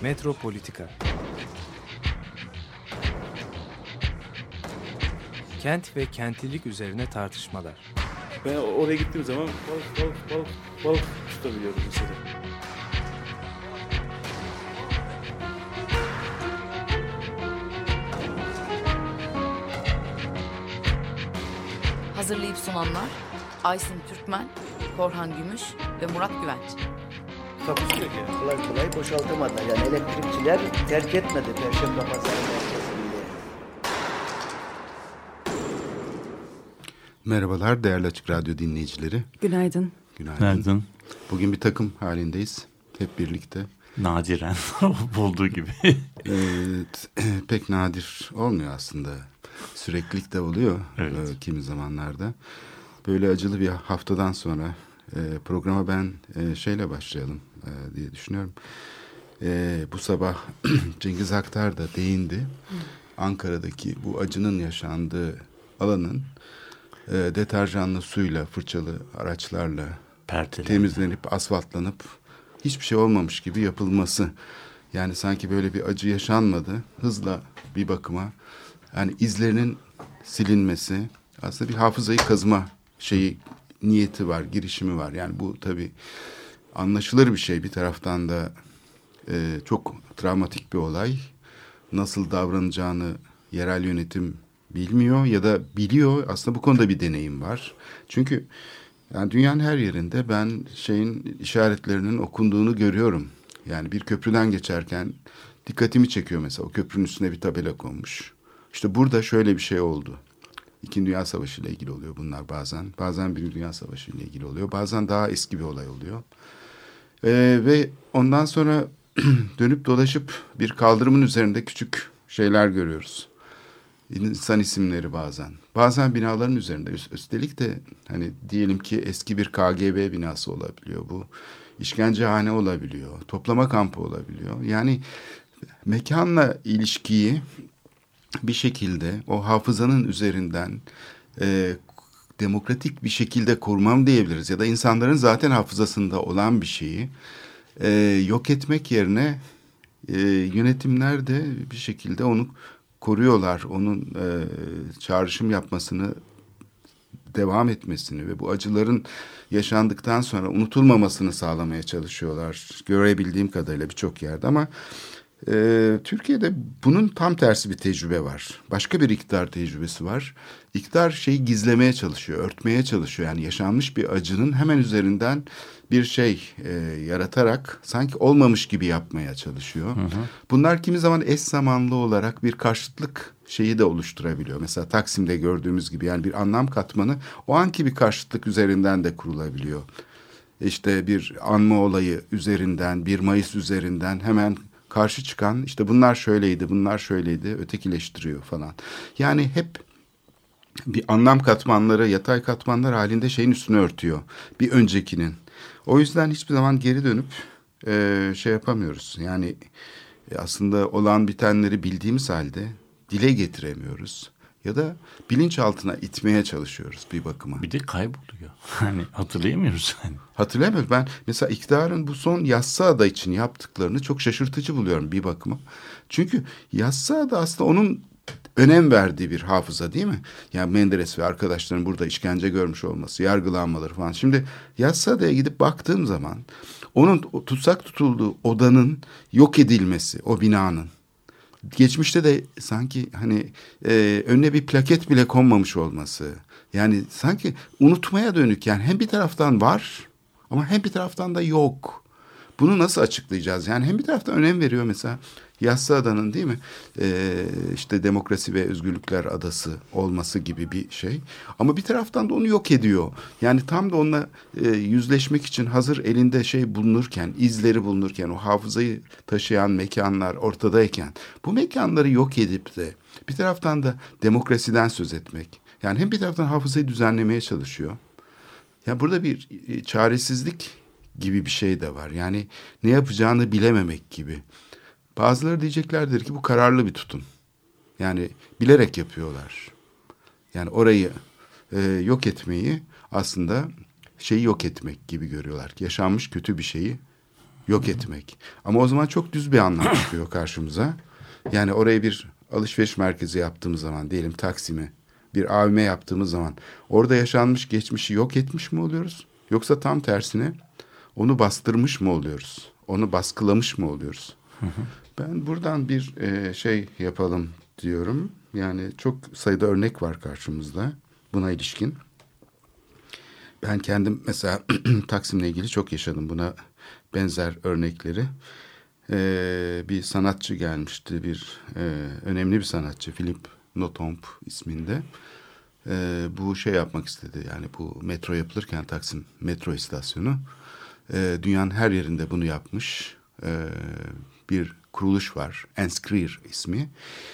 Metropolitika. Kent ve kentlilik üzerine tartışmalar. Ben oraya gittiğim zaman balık tutabiliyorum mesela. Hazırlayıp sunanlar Aysin Türkmen, Korhan Gümüş ve Murat Güvenç. Takusu yok yani. Kolay kolay boşaltamadı. Yani elektrikçiler terk etmedi Perşembe Pazarı merkezinde. Merhabalar değerli Açık Radyo dinleyicileri. Günaydın. Günaydın. Bugün bir takım halindeyiz. Hep birlikte. Nadiren bulduğu gibi. Pek nadir olmuyor aslında. Süreklilik de oluyor kimi zamanlarda. Böyle acılı bir haftadan sonra programa ben şeyle başlayalım diye düşünüyorum. Bu sabah Cengiz Aktar da değindi. Ankara'daki bu acının yaşandığı alanın deterjanlı suyla, fırçalı araçlarla temizlenip, asfaltlanıp hiçbir şey olmamış gibi yapılması. Yani sanki böyle bir acı yaşanmadı. Hızla bir bakıma yani izlerinin silinmesi, aslında bir hafızayı kazıma niyeti var, girişimi var. Yani bu tabii anlaşılır bir şey. Bir taraftan da çok travmatik bir olay. Nasıl davranacağını yerel yönetim bilmiyor ya da biliyor. Aslında bu konuda bir deneyim var. Çünkü yani dünyanın her yerinde ben işaretlerinin okunduğunu görüyorum. Yani bir köprüden geçerken dikkatimi çekiyor mesela. O köprünün üstüne bir tabela konmuş. İşte burada şöyle bir şey oldu. İkinci Dünya Savaşı ile ilgili oluyor bunlar bazen. Bazen Birinci Dünya Savaşı ile ilgili oluyor. Bazen daha eski bir olay oluyor. Ve ondan sonra dönüp dolaşıp bir kaldırımın üzerinde küçük şeyler görüyoruz. İnsan isimleri bazen. Bazen binaların üzerinde. Üstelik de hani diyelim ki eski bir KGB binası olabiliyor bu. İşkencehane olabiliyor. Toplama kampı olabiliyor. Yani mekanla ilişkiyi bir şekilde o hafızanın üzerinden demokratik bir şekilde kurmam diyebiliriz. Ya da insanların zaten hafızasında olan bir şeyi yok etmek yerine yönetimler de bir şekilde onu koruyorlar. Onun çağrışım yapmasını, devam etmesini ve bu acıların yaşandıktan sonra unutulmamasını sağlamaya çalışıyorlar. Görebildiğim kadarıyla birçok yerde ama Türkiye'de bunun tam tersi bir tecrübe var. Başka bir iktidar tecrübesi var. İktidar şeyi gizlemeye çalışıyor, örtmeye çalışıyor. Yani yaşanmış bir acının hemen üzerinden bir yaratarak sanki olmamış gibi yapmaya çalışıyor. Hı hı. Bunlar kimi zaman eş zamanlı olarak bir karşıtlık şeyi de oluşturabiliyor. Mesela Taksim'de gördüğümüz gibi yani bir anlam katmanı o anki bir karşıtlık üzerinden de kurulabiliyor. İşte bir anma olayı üzerinden, 1 Mayıs üzerinden hemen karşı çıkan işte bunlar şöyleydi, bunlar şöyleydi, ötekileştiriyor falan. Yani hep bir anlam katmanları, yatay katmanlar halinde şeyin üstünü örtüyor. Bir öncekinin. O yüzden hiçbir zaman geri dönüp yapamıyoruz. Yani aslında olan bitenleri bildiğimiz halde dile getiremiyoruz. Ya da bilinçaltına itmeye çalışıyoruz bir bakıma. Bir de kayboluyor. Hani hatırlayamıyoruz yani. Hatırlayamıyoruz. Ben mesela iktidarın bu son Yassıada için yaptıklarını çok şaşırtıcı buluyorum bir bakıma. Çünkü Yassıada aslında onun önem verdiği bir hafıza değil mi? Yani Menderes ve arkadaşların burada işkence görmüş olması, yargılanmaları falan. Şimdi Yassıada'ya gidip baktığım zaman onun tutsak tutulduğu odanın yok edilmesi, o binanın. Geçmişte de sanki hani önüne bir plaket bile konmamış olması. Yani sanki unutmaya dönük yani hem bir taraftan var ama hem bir taraftan da yok. Bunu nasıl açıklayacağız? Yani hem bir taraftan önem veriyor mesela Yassıada'nın değil mi? İşte demokrasi ve özgürlükler adası olması gibi bir şey. Ama bir taraftan da onu yok ediyor. Yani tam da onunla yüzleşmek için hazır elinde bulunurken, izleri bulunurken, o hafızayı taşıyan mekanlar ortadayken bu mekanları yok edip de bir taraftan da demokrasiden söz etmek. Yani hem bir taraftan hafızayı düzenlemeye çalışıyor. Ya burada bir çaresizlik gibi bir şey de var. Yani ne yapacağını bilememek gibi. Bazıları diyeceklerdir ki bu kararlı bir tutum. Yani bilerek yapıyorlar. Yani orayı yok etmeyi aslında yok etmek gibi görüyorlar. Yaşanmış kötü bir şeyi yok etmek. Ama o zaman çok düz bir anlam çıkıyor karşımıza. Yani oraya bir alışveriş merkezi yaptığımız zaman, diyelim Taksim'e bir AVM yaptığımız zaman orada yaşanmış geçmişi yok etmiş mi oluyoruz? Yoksa tam tersine onu bastırmış mı oluyoruz? Onu baskılamış mı oluyoruz? Ben buradan bir şey yapalım diyorum. Yani çok sayıda örnek var karşımızda buna ilişkin. Ben kendim mesela Taksim'le ilgili çok yaşadım buna benzer örnekleri. Bir sanatçı gelmişti, önemli bir sanatçı, Philippe Nothomb isminde. Bu şey yapmak istedi, yani bu metro yapılırken Taksim metro istasyonu dünyanın her yerinde bunu yapmış bir kuruluş var, Enskrir ismi.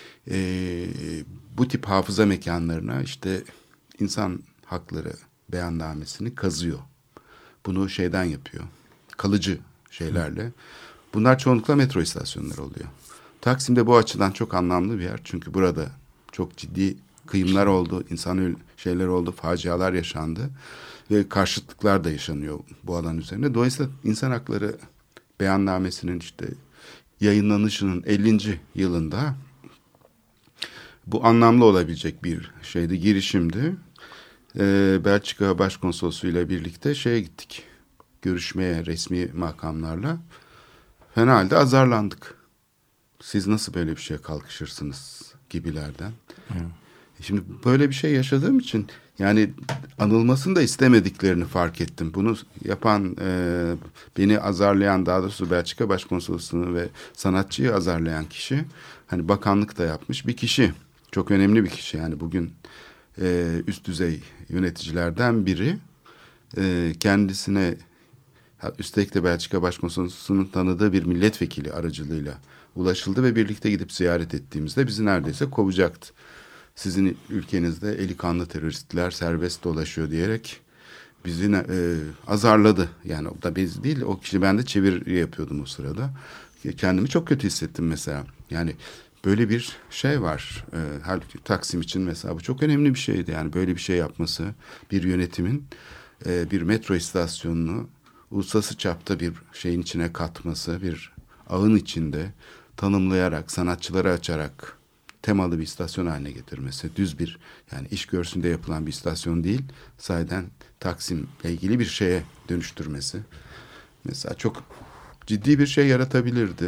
Bu tip hafıza mekanlarına işte insan hakları beyannamesini kazıyor. Bunu şeyden yapıyor, kalıcı şeylerle. Bunlar çoğunlukla metro istasyonları oluyor. Taksim'de bu açıdan çok anlamlı bir yer. Çünkü burada çok ciddi kıyımlar oldu, şeyler oldu, facialar yaşandı. Ve karşıtlıklar da yaşanıyor bu alan üzerine. Dolayısıyla insan hakları beyannamesinin işte yayınlanışının 50. yılında bu anlamlı olabilecek bir şeydi, girişimdi. Belçika Başkonsolosluğu ile birlikte şeye gittik. Görüşmeye resmi makamlarla. Fena halde azarlandık. Siz nasıl böyle bir şeye kalkışırsınız gibilerden. Şimdi böyle bir şey yaşadığım için yani anılmasını da istemediklerini fark ettim. Bunu yapan, beni azarlayan, daha doğrusu Belçika Başkonsolosluğunu ve sanatçıyı azarlayan kişi, hani bakanlık da yapmış bir kişi. Çok önemli bir kişi, yani bugün üst düzey yöneticilerden biri. Kendisine, üstelik de Belçika Başkonsolosluğu'nun tanıdığı bir milletvekili aracılığıyla ulaşıldı ve birlikte gidip ziyaret ettiğimizde bizi neredeyse kovacaktı. Sizin ülkenizde eli kanlı teröristler serbest dolaşıyor diyerek bizi azarladı. Yani o da biz değil, o kişi, ben de çeviri yapıyordum o sırada. Kendimi çok kötü hissettim mesela. Yani böyle bir şey var. Halbuki Taksim için mesela bu çok önemli bir şeydi. Yani böyle bir şey yapması, bir yönetimin bir metro istasyonunu uluslararası çapta bir şeyin içine katması, bir ağın içinde tanımlayarak, sanatçıları açarak temalı bir istasyon haline getirmesi, düz bir, yani iş görsünde yapılan bir istasyon değil, sahiden Taksim'le ilgili bir şeye dönüştürmesi. Mesela çok ciddi bir şey yaratabilirdi.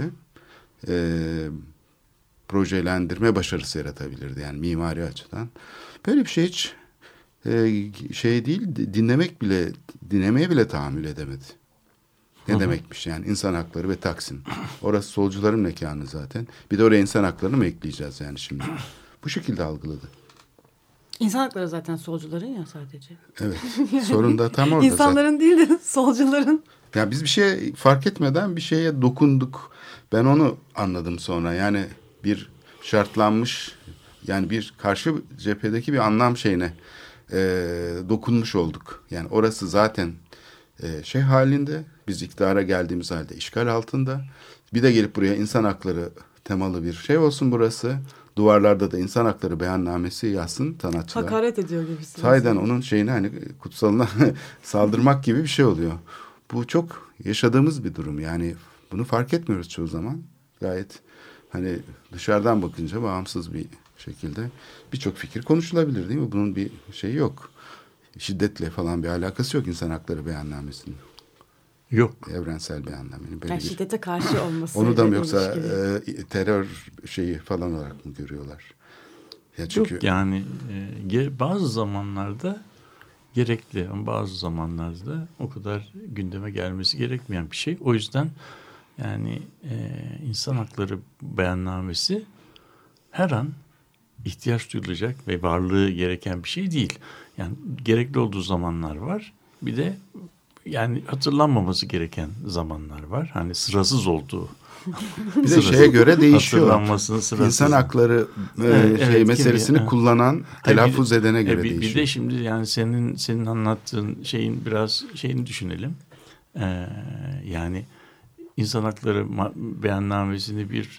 Projelendirme başarısı yaratabilirdi, yani mimari açıdan. Böyle bir şey hiç şey değil, dinlemeye bile tahammül edemedi. Ne demekmiş yani insan hakları ve Taksim. Orası solcuların mekanı zaten. Bir de oraya insan haklarını mı ekleyeceğiz yani şimdi? Bu şekilde algıladı. İnsan hakları zaten solcuların ya sadece. Evet. Sorun da tam orada. İnsanların değil de solcuların. Ya biz bir şey fark etmeden bir şeye dokunduk. Ben onu anladım sonra. Yani bir şartlanmış, yani bir karşı cephedeki bir anlam şeyine dokunmuş olduk. Yani orası zaten şey halinde, biz iktidara geldiğimiz halde işgal altında. Bir de gelip buraya insan hakları temalı bir şey olsun burası. Duvarlarda da insan hakları beyannamesi yazsın sanatçılar. Hakaret ediyor gibisin. Sahiden onun şeyine, hani kutsalına saldırmak gibi bir şey oluyor. Bu çok yaşadığımız bir durum. Yani bunu fark etmiyoruz çoğu zaman. Gayet hani dışarıdan bakınca bağımsız bir şekilde birçok fikir konuşulabilir, değil mi? Bunun bir şeyi yok. Şiddetle falan bir alakası yok insan hakları beyannamesinin. Yok. Evrensel beyannamenin. Yani şiddete karşı olması. Onu da mı yoksa terör şeyi falan olarak mı görüyorlar? Ya çünkü... Yok yani bazı zamanlarda gerekli ama bazı zamanlarda o kadar gündeme gelmesi gerekmeyen bir şey. O yüzden yani insan hakları beyannamesi her an ihtiyaç duyulacak ve varlığı gereken bir şey değil. Yani gerekli olduğu zamanlar var. Bir de yani hatırlanmaması gereken zamanlar var. Hani sırasız olduğu. Bir de şeye göre değişiyor. Hatırlanmasının sırasız. İnsan hakları meselesini kullanan, telaffuz edene göre değişiyor. Bir de şimdi yani senin anlattığın şeyin biraz şeyini düşünelim. Yani insan hakları beyannamesini bir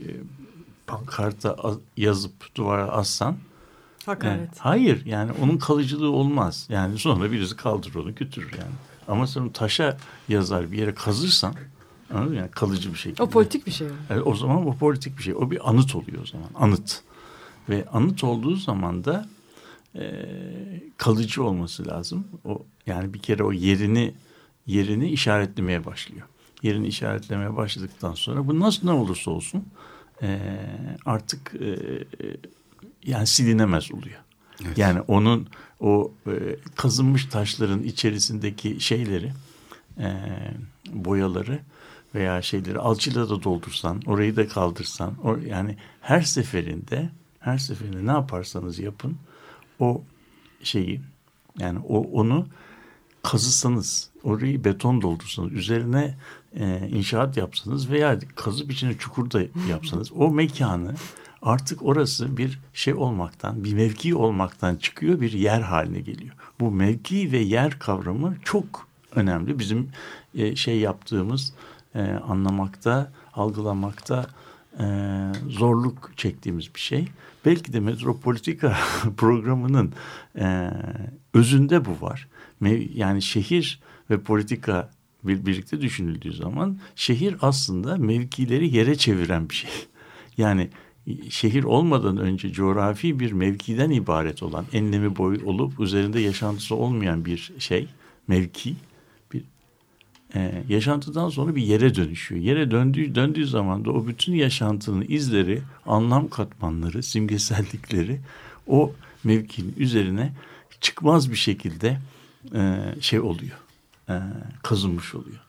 pankarta yazıp duvara assan, hakaret. Hayır yani onun kalıcılığı olmaz. Yani sonra birisi kaldırır onu götürür yani. Ama sen taşa yazar bir yere kazırsan Anladın mı? Yani kalıcı bir şekilde. O politik bir şey. Yani o zaman o politik bir şey. O bir anıt oluyor o zaman. Anıt. Ve anıt olduğu zaman da kalıcı olması lazım. O yani bir kere o yerini işaretlemeye başlıyor. Yerini işaretlemeye başladıktan sonra bu ne olursa olsun artık yani silinemez oluyor. Evet. Yani onun o kazınmış taşların içerisindeki şeyleri, boyaları veya şeyleri alçıyla da doldursan, orayı da kaldırsan, yani her seferinde ne yaparsanız yapın, o şeyi, yani onu kazısanız, orayı beton doldursanız, üzerine inşaat yapsanız veya kazıp içine çukur da yapsanız, o mekanı artık orası bir şey olmaktan, bir mevki olmaktan çıkıyor, bir yer haline geliyor. Bu mevki ve yer kavramı çok önemli. Bizim yaptığımız, anlamakta, algılamakta zorluk çektiğimiz bir şey. Belki de Metropolitika programının özünde bu var. Yani şehir ve politika birlikte düşünüldüğü zaman şehir aslında mevkileri yere çeviren bir şey. Yani şehir olmadan önce coğrafi bir mevkiden ibaret olan, enlemi boyu olup üzerinde yaşantısı olmayan bir şey, mevki, bir yaşantıdan sonra bir yere dönüşüyor. Yere döndüğü zaman da o bütün yaşantının izleri, anlam katmanları, simgesellikleri o mevkinin üzerine çıkmaz bir şekilde oluyor, kazınmış oluyor.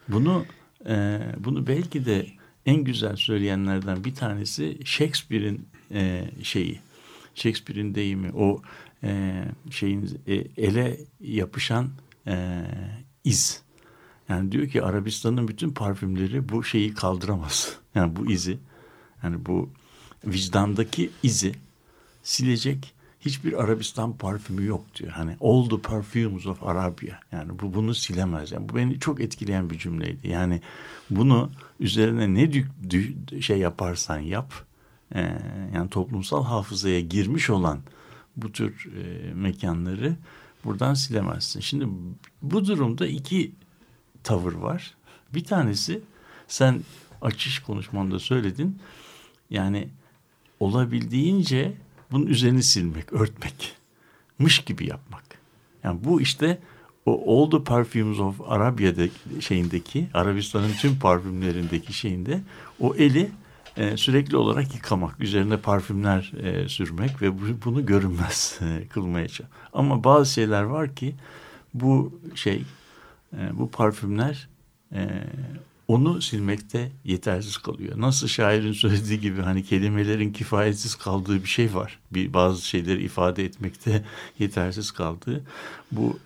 Bunu belki de en güzel söyleyenlerden bir tanesi Shakespeare'in Shakespeare'in deyimi, o ele yapışan iz. Yani diyor ki Arabistan'ın bütün parfümleri bu şeyi kaldıramaz. Yani bu izi, yani bu vicdandaki izi silecek hiçbir Arabistan parfümü yok diyor. Hani all the perfumes of Arabia. Yani bunu silemez. Yani bu beni çok etkileyen bir cümleydi. Yani bunu üzerine ne yaparsan yap, yani toplumsal hafızaya girmiş olan bu tür mekanları buradan silemezsin. Şimdi bu durumda iki tavır var. Bir tanesi, sen açış konuşmanda söyledin. Yani olabildiğince bunun üzerini silmek, örtmek, mış gibi yapmak. Yani bu işte o All the Perfumes of Arabia'da şeyindeki, Arabistan'ın tüm parfümlerindeki şeyinde o eli sürekli olarak yıkamak, üzerine parfümler sürmek ve bunu görünmez kılmaya çalışmak. Ama bazı şeyler var ki bu parfümler onu silmekte yetersiz kalıyor. Nasıl şairin söylediği gibi hani kelimelerin kifayetsiz kaldığı bir şey var. Bazı şeyleri ifade etmekte yetersiz kaldığı. Bu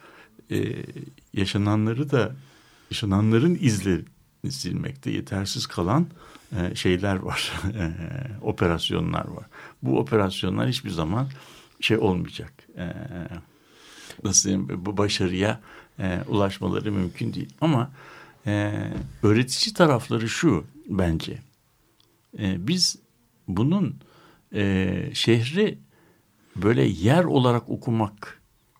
yaşananların izlerini silmekte yetersiz kalan şeyler var. Operasyonlar var. Bu operasyonlar hiçbir zaman olmayacak. Nasıl diyeyim, bu başarıya ulaşmaları mümkün değil. Ama öğretici tarafları şu bence. Biz bunun şehri böyle yer olarak okumak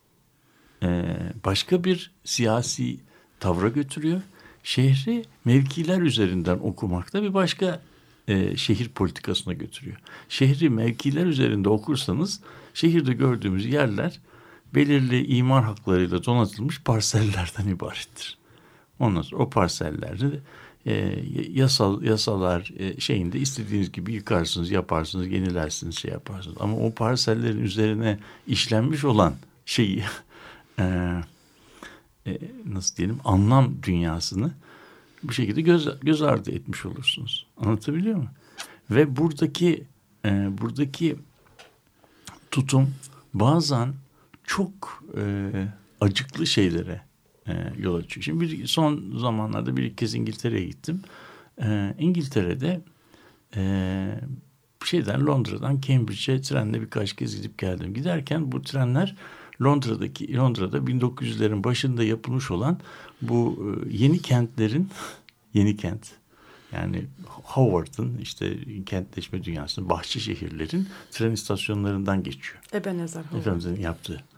başka bir siyasi tavra götürüyor. Şehri mevkiler üzerinden okumak da bir başka şehir politikasına götürüyor. Şehri mevkiler üzerinde okursanız şehirde gördüğümüz yerler belirli imar haklarıyla donatılmış parsellerden ibarettir. Ondan sonra o parsellerde yasalar şeyinde istediğiniz gibi yıkarsınız, yaparsınız, yenilersiniz, yaparsınız. Ama o parsellerin üzerine işlenmiş olan şeyi nasıl diyelim, anlam dünyasını bu şekilde göz ardı etmiş olursunuz. Anlatabiliyor muyum? Ve buradaki tutum bazen çok acıklı şeylere yol açıyor. Şimdi son zamanlarda bir kez İngiltere'ye gittim. İngiltere'de Londra'dan Cambridge'e trenle birkaç kez gidip geldim. Giderken bu trenler Londra'da 1900'lerin başında yapılmış olan bu yeni kent, yani Howard'ın işte kentleşme dünyasının bahçe şehirlerin tren istasyonlarından geçiyor. Ebenezer Howard. Efendimizin yaptığı.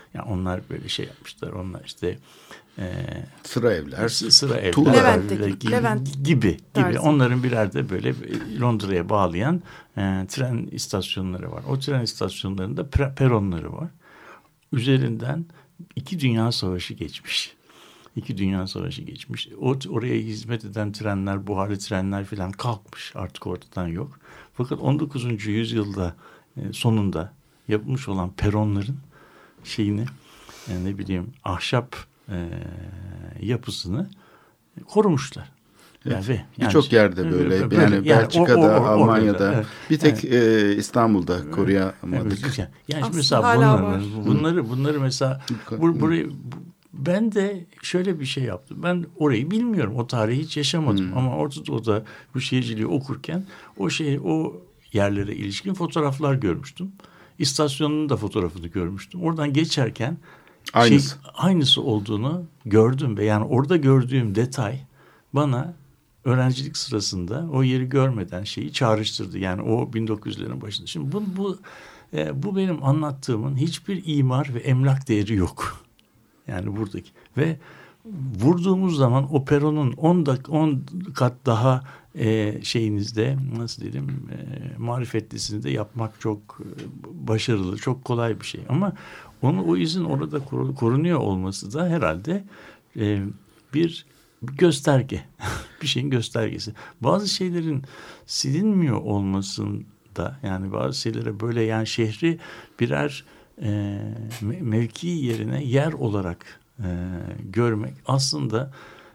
Yani onlar böyle şey yapmışlar. Onlar işte sıra evler. Sıra evler. Tuğla. Levent gibi. tarzı. Onların birer de böyle Londra'ya bağlayan tren istasyonları var. O tren istasyonlarında peronları var. Üzerinden 2 Dünya Savaşı geçmiş. 2 Dünya Savaşı geçmiş. Oraya hizmet eden trenler, buharlı trenler falan kalkmış. Artık ortadan yok. Fakat 19. yüzyılda sonunda yapılmış olan peronların şeyini ne bileyim ahşap yapısını korumuşlar. Evet. Yani Birçok yerde böyle. Yani Belçika'da, Almanya'da. evet. Bir tek İstanbul'da koruyamadık. Evet. Yani Aslında mesela hala bunları mesela burayı ben de şöyle bir şey yaptım. Ben orayı bilmiyorum. O tarihi hiç yaşamadım. Ama Orta Doğu'da bu şehirciliği okurken o yerlere ilişkin fotoğraflar görmüştüm. İstasyonun da fotoğrafını görmüştüm. Oradan geçerken aynısı olduğunu gördüm ve yani orada gördüğüm detay bana öğrencilik sırasında o yeri görmeden şeyi çağrıştırdı. Yani o 1900'lerin başında. Şimdi bu benim anlattığımın hiçbir imar ve emlak değeri yok. Yani buradaki ve vurduğumuz zaman o peronun 10 kat daha şeyinizde nasıl diyelim marifetlisinde yapmak çok başarılı, çok kolay bir şey. Ama o izin orada korunuyor olması da herhalde bir gösterge, bir şeyin göstergesi. Bazı şeylerin silinmiyor olmasında yani bazı şeylere böyle yani şehri birer mevki yerine yer olarak görmek aslında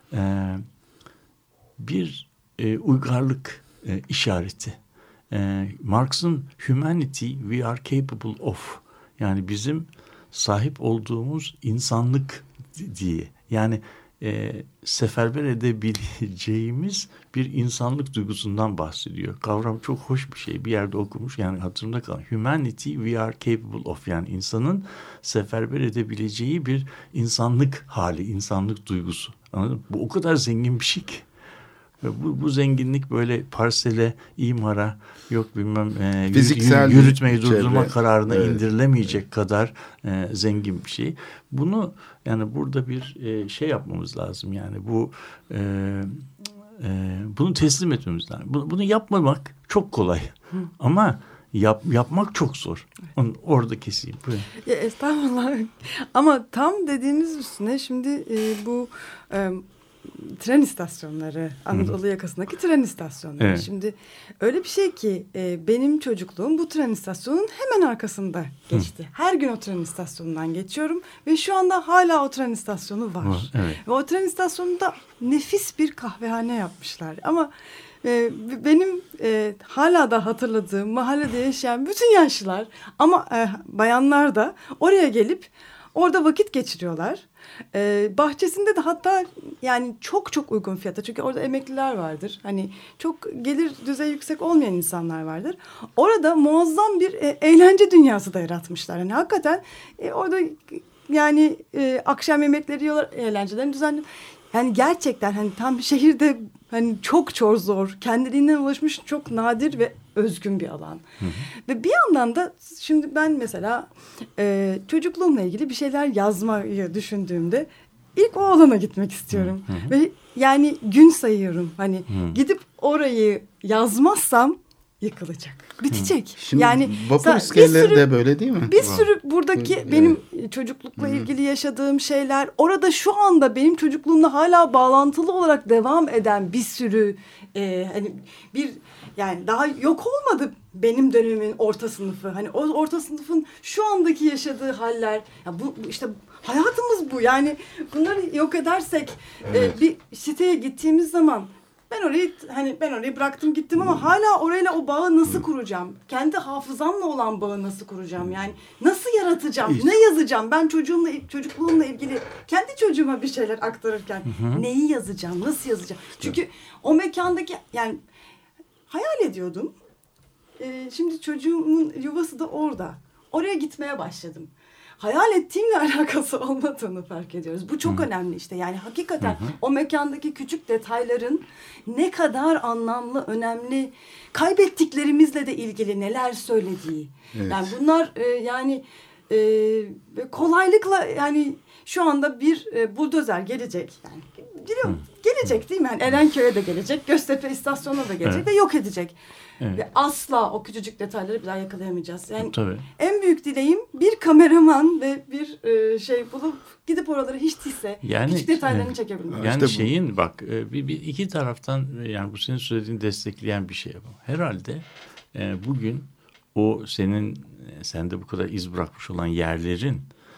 bir uygarlık işareti. Marx'ın humanity we are capable of yani bizim sahip olduğumuz insanlık diye yani seferber edebileceğimiz bir insanlık duygusundan bahsediyor. Kavram çok hoş bir şey. Bir yerde okumuş yani hatırımda kalan. Humanity we are capable of yani insanın seferber edebileceği bir insanlık hali, insanlık duygusu. Anladın mı? Bu o kadar zengin bir şey ki. Ve bu zenginlik böyle parsele, imara yok bilmem yürütmeyi durdurma kararına indirilemeyecek kadar zengin bir şey. Bunu yani burada bir şey yapmamız lazım yani bunu teslim etmemiz lazım. Bunu yapmamak çok kolay ama yapmak çok zor. Onu orada keseyim. Ya, estağfurullah. Ama tam dediğiniz üstüne şimdi bu tren istasyonları, Anadolu yakasındaki tren istasyonları. Evet. Şimdi öyle bir şey ki benim çocukluğum bu tren istasyonunun hemen arkasında geçti. Her gün o tren istasyonundan geçiyorum ve şu anda hala o tren istasyonu var. Evet. Ve o tren istasyonunda nefis bir kahvehane yapmışlar. Ama benim hala da hatırladığım mahallede yaşayan bütün yaşlılar ama bayanlar da oraya gelip orada vakit geçiriyorlar. Bahçesinde de hatta yani çok uygun fiyata çünkü orada emekliler vardır. Hani çok gelir düzeyi yüksek olmayan insanlar vardır. Orada muazzam bir eğlence dünyası da yaratmışlar. Yani hakikaten orada yani akşam yemekleri yiyorlar, eğlencelerini düzenliyor. Yani gerçekten hani tam şehirde hani çok zor, kendiliğinden ulaşmış çok nadir ve özgün bir alan. Hı hı. Ve bir yandan da şimdi ben mesela çocukluğumla ilgili bir şeyler yazmayı düşündüğümde ilk o alana gitmek istiyorum. Hı hı. Ve yani gün sayıyorum. Hani gidip orayı yazmazsam yıkılacak. Bitecek. Şimdi yani vapur iskeleleri de böyle değil mi? Bir sürü buradaki benim çocuklukla ilgili yaşadığım şeyler orada şu anda benim çocukluğumla hala bağlantılı olarak devam eden bir sürü hani bir yani daha yok olmadı benim dönemimin orta sınıfı. Hani o orta sınıfın şu andaki yaşadığı haller ya bu işte hayatımız bu. Yani bunları yok edersek bir siteye gittiğimiz zaman ben orayı bıraktım gittim ama hala orayla o bağı nasıl kuracağım? Kendi hafızamla olan bağı nasıl kuracağım? Yani nasıl yaratacağım? Ne yazacağım? Ben çocukluğumla ilgili kendi çocuğuma bir şeyler aktarırken neyi yazacağım? Nasıl yazacağım? Çünkü o mekandaki yani hayal ediyordum. Şimdi çocuğumun yuvası da orada. Oraya gitmeye başladım. Hayal ettiğimle alakası olmadığını fark ediyoruz. Bu çok önemli işte. Yani hakikaten o mekandaki küçük detayların ne kadar anlamlı, önemli, kaybettiklerimizle de ilgili neler söylediği. Evet. Yani bunlar yani ve kolaylıkla yani şu anda bir buldozer gelecek. Yani biliyorum, gelecek değil mi? Yani Erenköy'e de gelecek, Göztepe istasyonuna da gelecek ve yok edecek. Evet. Ve asla o küçücük detayları bir daha yakalayamayacağız. Yani Tabii. en büyük dileğim bir kameraman ve bir şey bulup gidip oraları hiç değilse küçük detaylarını çekebilmek. Yani İşte bu. bak bir iki taraftan yani bu senin söylediğini destekleyen bir şey bu. Herhalde bugün o sende bu kadar iz bırakmış olan yerlerin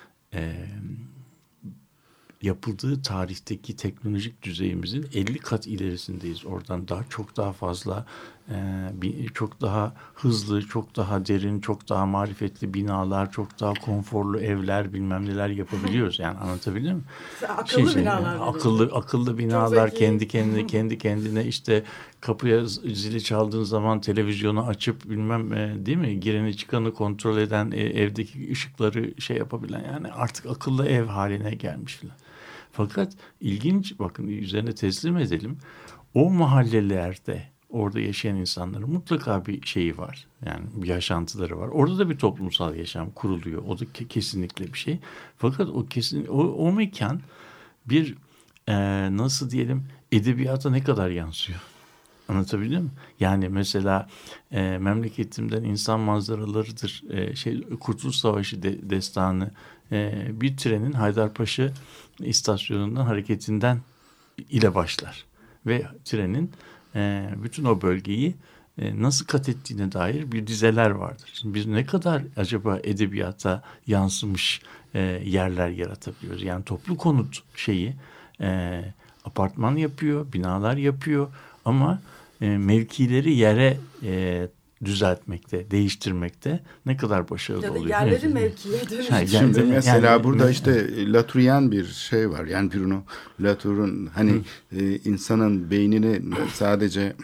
yapıldığı tarihteki teknolojik düzeyimizin 50 kat ilerisindeyiz. Oradan çok daha fazla, çok daha hızlı, çok daha derin, çok daha marifetli binalar, çok daha konforlu evler, bilmem neler yapabiliyoruz. Yani anlatabildim mi? Akıllı binalar. Akıllı binalar, kendi kendine işte kapıya zili çaldığın zaman televizyonu açıp bilmem değil mi? Gireni çıkanı kontrol eden, evdeki ışıkları şey yapabilen, yani artık akıllı ev haline gelmiş filan. Fakat ilginç, bakın üzerine teslim edelim. O mahallelerde orada yaşayan insanların mutlaka bir şeyi var. Yani bir yaşantıları var. Orada da bir toplumsal yaşam kuruluyor. O da kesinlikle bir şey. Fakat o mekan bir nasıl diyelim, edebiyata ne kadar yansıyor? Anlatabildim mi? Yani mesela memleketimden insan manzaralarıdır. Kurtuluş Savaşı destanı bir trenin Haydarpaşa istasyonundan hareketinden ile başlar. Ve trenin bütün o bölgeyi nasıl kat ettiğine dair bir dizeler vardır. Şimdi biz ne kadar acaba edebiyata yansımış yerler yaratabiliyoruz? Yani toplu konut apartman yapıyor, binalar yapıyor ama mevkileri yere düzeltmekte, değiştirmekte ne kadar başarılı oluyor. Ya da yerleri mevkiye dönüştürmek. Şimdi mesela burada işte Latour'yan bir şey var. Yani Bruno Latour'un hani insanın beynini sadece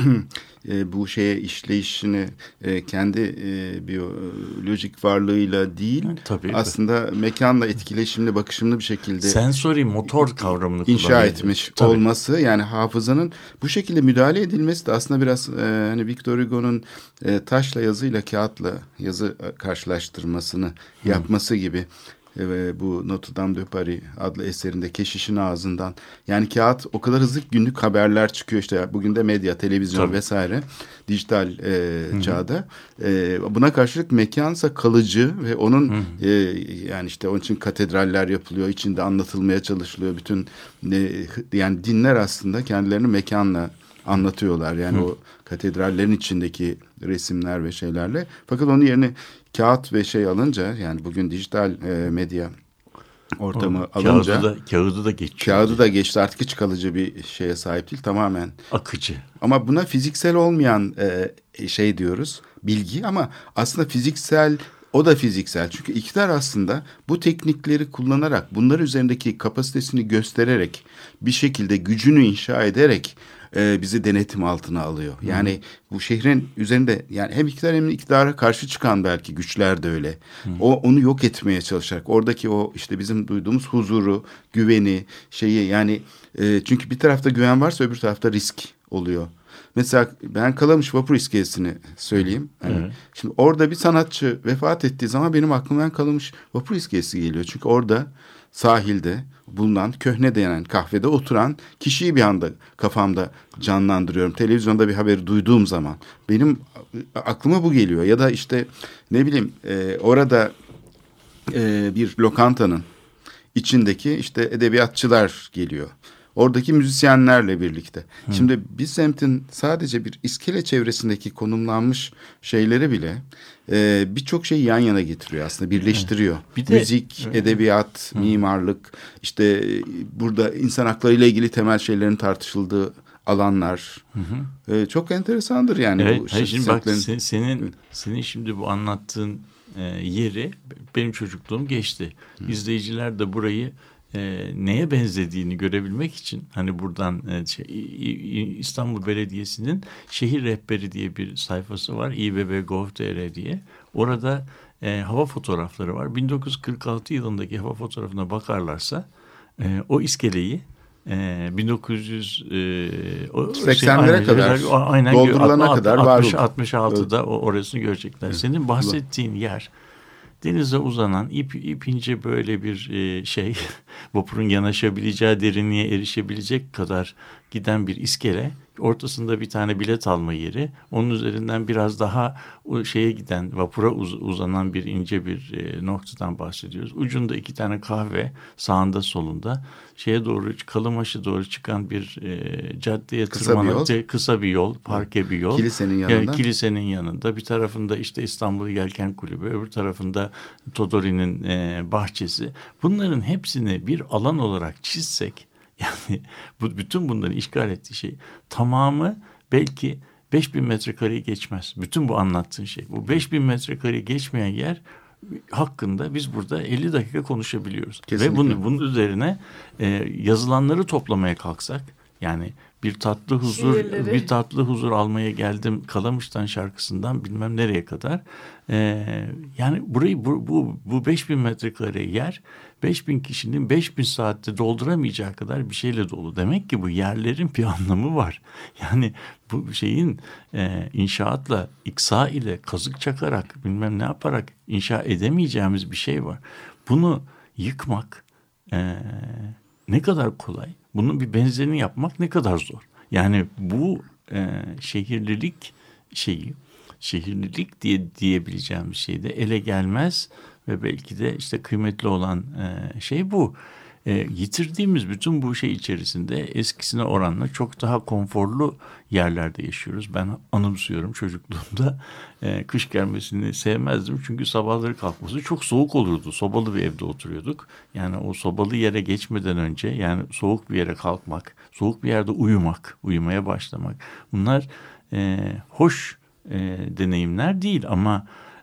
bu işleyişini kendi biyolojik varlığıyla değil, tabii, aslında mekanla etkileşimli, bakışımlı bir şekilde sensory motor kavramını inşa etmiş olması, yani hafızanın bu şekilde müdahale edilmesi de aslında biraz hani Victor Hugo'nun taşla yazıyla kağıtla yazı karşılaştırmasını yapması gibi. Bu Notre Dame de Paris adlı eserinde keşişin ağzından, yani kağıt o kadar hızlı günlük haberler çıkıyor, işte bugün de medya, televizyon vesaire dijital çağda. Buna karşılık mekansa kalıcı ve onun yani işte onun için katedraller yapılıyor, içinde anlatılmaya çalışılıyor, bütün yani dinler aslında kendilerini mekanla anlatıyorlar, yani o katedrallerin içindeki resimler ve şeylerle. Fakat onun yerine kağıt ve alınca, yani bugün dijital medya ortamı alınca kağıdı da geçiyor. Kağıdı da geçti, artık hiç kalıcı bir şeye sahip değil, tamamen akıcı. Ama buna fiziksel olmayan diyoruz, bilgi, ama aslında fiziksel, o da fiziksel. Çünkü iktidar aslında bu teknikleri kullanarak, bunlar üzerindeki kapasitesini göstererek, bir şekilde gücünü inşa ederek bizi denetim altına alıyor. Yani bu şehrin üzerinde, yani hem iktidar hem iktidara karşı çıkan belki güçler de öyle. Onu yok etmeye çalışarak, oradaki o işte bizim duyduğumuz huzuru, güveni, yani çünkü bir tarafta güven varsa öbür tarafta risk oluyor. Mesela ben Kalamış Vapur İskelesi'ni söyleyeyim. Şimdi orada bir sanatçı vefat ettiği zaman benim aklıma Kalamış Vapur İskelesi geliyor. Çünkü orada sahilde bulunan, köhne denen kahvede oturan kişiyi bir anda kafamda canlandırıyorum. Televizyonda bir haberi duyduğum zaman benim aklıma bu geliyor. Ya da işte ne bileyim orada bir lokantanın içindeki işte edebiyatçılar geliyor. Oradaki müzisyenlerle birlikte. Şimdi bir semtin sadece bir iskele çevresindeki konumlanmış şeyleri bile birçok şeyi yan yana getiriyor aslında, birleştiriyor. Müzik, edebiyat, mimarlık, işte burada insan hakları ile ilgili temel şeylerin tartışıldığı alanlar. Çok enteresandır yani. Evet, bu şimdi bak senin şimdi bu anlattığın yeri benim çocukluğum geçti. İzleyiciler de burayı neye benzediğini görebilmek için hani buradan İstanbul Belediyesi'nin şehir rehberi diye bir sayfası var, İBB.gov.tr diye. Orada hava fotoğrafları var. 1946 yılındaki hava fotoğrafına bakarlarsa o iskeleyi 1980'lere kadar doldurulana kadar var. 66'da orasını görecekler. Senin bahsettiğin yer denize uzanan ipince böyle bir şey vapurun yanaşabileceği derinliğe erişebilecek kadar giden bir iskele, ortasında bir tane bilet alma yeri, onun üzerinden biraz daha o şeye giden vapura uzanan bir ince bir noktadan bahsediyoruz. Ucunda 2 tane kahve, sağında solunda şeye doğru, Kalımaş'a doğru çıkan bir caddeye tırmanan kısa bir yol, parke bir yol. Kilisenin yanında. Yani kilisenin yanında, bir tarafında işte İstanbul Yelken Kulübü, öbür tarafında Todori'nin bahçesi. Bunların hepsini bir alan olarak çizsek, yani bütün bunların işgal ettiği şey tamamı belki 5000 metrekareyi geçmez. Bütün bu anlattığın şey. Bu 5000 metrekareyi geçmeyen yer hakkında biz burada 50 dakika konuşabiliyoruz. Kesinlikle. Ve bunun üzerine yazılanları toplamaya kalksak, yani bir tatlı huzur almaya geldim Kalamış'tan şarkısından bilmem nereye kadar. Yani burayı bu 5000 metrekare yer 5000 kişinin 5000 saatte dolduramayacağı kadar bir şeyle dolu. Demek ki bu yerlerin bir anlamı var. Yani bu şeyin inşaatla, iksa ile, kazık çakarak, bilmem ne yaparak inşa edemeyeceğimiz bir şey var. Bunu yıkmak ne kadar kolay. Bunun bir benzerini yapmak ne kadar zor. Yani bu şehirlilik diyebileceğim şey de ele gelmez ve belki de işte kıymetli olan şey bu. Yitirdiğimiz bütün bu şey içerisinde eskisine oranla çok daha konforlu yerlerde yaşıyoruz. Ben anımsıyorum çocukluğumda kış gelmesini sevmezdim. Çünkü sabahları kalkması çok soğuk olurdu. Sobalı bir evde oturuyorduk. Yani o sobalı yere geçmeden önce, yani soğuk bir yere kalkmak, soğuk bir yerde uyumaya başlamak. Bunlar hoş deneyimler değil ama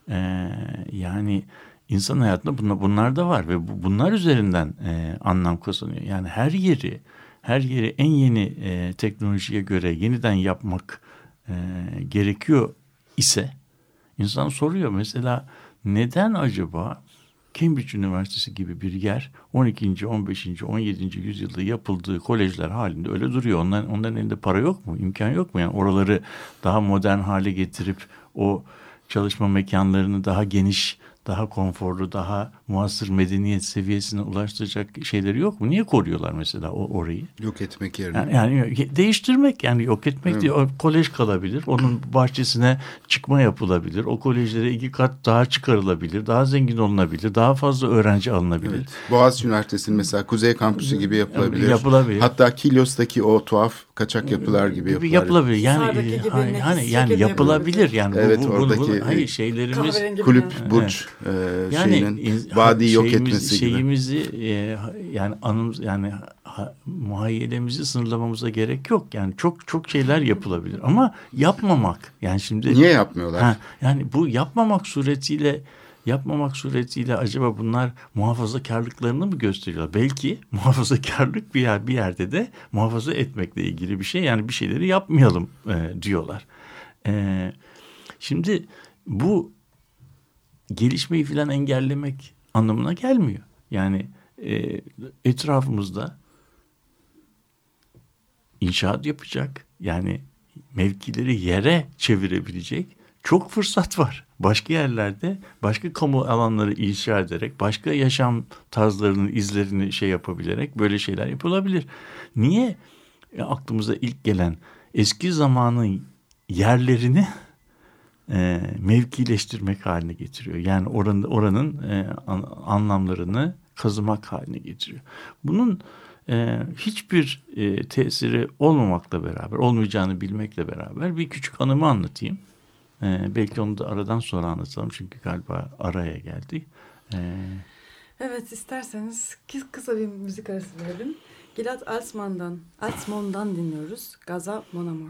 yani İnsan hayatında bunlar da var ve bunlar üzerinden anlam kazanıyor. Yani her yeri en yeni teknolojiye göre yeniden yapmak gerekiyor ise insan soruyor mesela, neden acaba Cambridge Üniversitesi gibi bir yer 12. 15. 17. yüzyılda yapıldığı kolejler halinde öyle duruyor. Onların elinde para yok mu? İmkan yok mu? Yani oraları daha modern hale getirip o çalışma mekanlarını daha geniş, daha konforlu, daha muasır medeniyet seviyesine ulaştıracak şeyleri yok mu? Niye koruyorlar mesela orayı? Yok etmek yerine. Yani değiştirmek, yani yok etmek değil. O kolej kalabilir. Onun bahçesine çıkma yapılabilir. O kolejlere 2 kat daha çıkarılabilir. Daha zengin olunabilir. Daha fazla öğrenci alınabilir. Evet. Boğaziçi Üniversitesi'nin mesela Kuzey Kampüsü gibi yapılabilir. Hatta Kilyos'taki o tuhaf kaçak yapılar gibi yapılabilir. Yani yapılabilir. Yani evet, oradaki şeylerimiz kulüp, burç şeyinin vadiyi yok etmesi şeyimizi yani muhayyelemizi sınırlamamıza gerek yok. Yani çok şeyler yapılabilir ama yapmamak. Yani şimdi niye yapmıyorlar? Yani bu yapmamak suretiyle acaba bunlar muhafazakarlıklarını mı gösteriyorlar? Belki muhafazakarlık bir yerde de muhafaza etmekle ilgili bir şey. Yani bir şeyleri yapmayalım diyorlar. Şimdi bu gelişmeyi filan engellemek anlamına gelmiyor. Yani etrafımızda inşaat yapacak, yani mevkileri yere çevirebilecek çok fırsat var. Başka yerlerde başka kamu alanları inşa ederek, başka yaşam tarzlarının izlerini yapabilerek böyle şeyler yapılabilir. Niye aklımıza ilk gelen eski zamanın yerlerini mevkileştirmek haline getiriyor? Yani oranın anlamlarını kazımak haline getiriyor. Bunun hiçbir tesiri olmayacağını bilmekle beraber bir küçük anımı anlatayım. Belki onu da aradan sonra anlatalım çünkü galiba araya geldi. Evet, isterseniz kısa bir müzik arası verelim. Gilad Altsmon'dan dinliyoruz. Gaza Mon Amour.